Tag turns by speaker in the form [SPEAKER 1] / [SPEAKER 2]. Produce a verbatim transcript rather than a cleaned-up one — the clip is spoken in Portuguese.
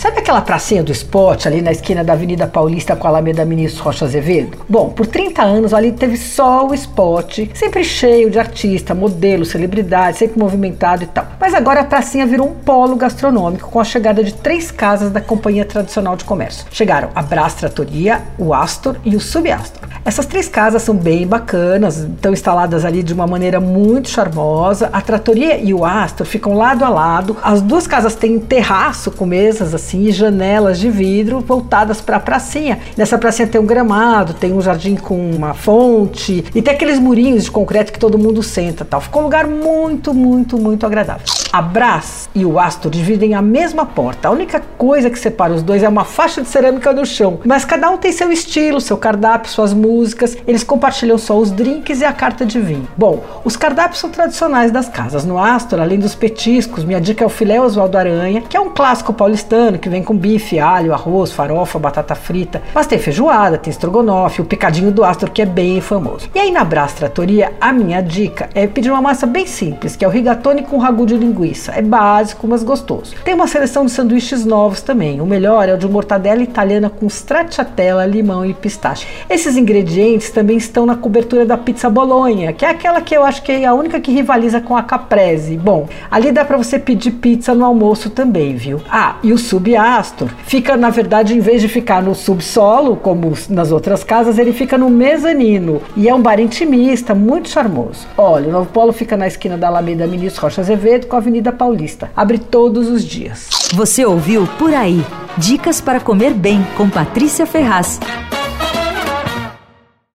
[SPEAKER 1] Sabe aquela pracinha do esporte ali na esquina da Avenida Paulista com a Alameda Ministro Rocha Azevedo? Bom, por trinta anos ali teve só o esporte, sempre cheio de artista, modelo, celebridade, sempre movimentado e tal. Mas agora a pracinha virou um polo gastronômico com a chegada de três casas da Companhia Tradicional de Comércio. Chegaram a Brás Trattoria, o Astor e o Sub-Astor. Essas três casas são bem bacanas, estão instaladas ali de uma maneira muito charmosa. A Trattoria e o Astor ficam lado a lado. As duas casas têm um terraço com mesas assim e janelas de vidro voltadas para a pracinha. Nessa pracinha tem um gramado, tem um jardim com uma fonte e tem aqueles murinhos de concreto que todo mundo senta, tal. Ficou um lugar muito, muito, muito agradável. A Brás e o Astor dividem a mesma porta. A única coisa que separa os dois é uma faixa de cerâmica no chão, mas cada um tem seu estilo, seu cardápio, suas músicas. Eles compartilham só os drinks e a carta de vinho. Bom, os cardápios são tradicionais das casas. No Astor, além dos petiscos, minha dica é o filé Oswaldo Aranha, que é um clássico paulistano que vem com bife, alho, arroz, farofa, batata frita. Mas tem feijoada, tem estrogonofe, o picadinho do Astor, que é bem famoso. E aí na Brás Trattoria, a minha dica é pedir uma massa bem simples, que é o rigatoni com ragu de linguiça. É básico, mas gostoso. Tem uma seleção de sanduíches novos também. O melhor é o de mortadela italiana com stracciatella, limão e pistache. Esses ingredientes também estão na cobertura da pizza bolonha, que é aquela que eu acho que é a única que rivaliza com a caprese. Bom, ali dá para você pedir pizza no almoço também, viu? Ah, e o Sub-Astor fica, na verdade, em vez de ficar no subsolo, como nas outras casas, ele fica no mezanino. E é um bar intimista, muito charmoso. Olha, o Novo Polo fica na esquina da Alameda Ministro Rocha Azevedo com a Avenida Paulista. Abre todos os dias.
[SPEAKER 2] Você ouviu Por Aí. Dicas para comer bem com Patrícia Ferraz.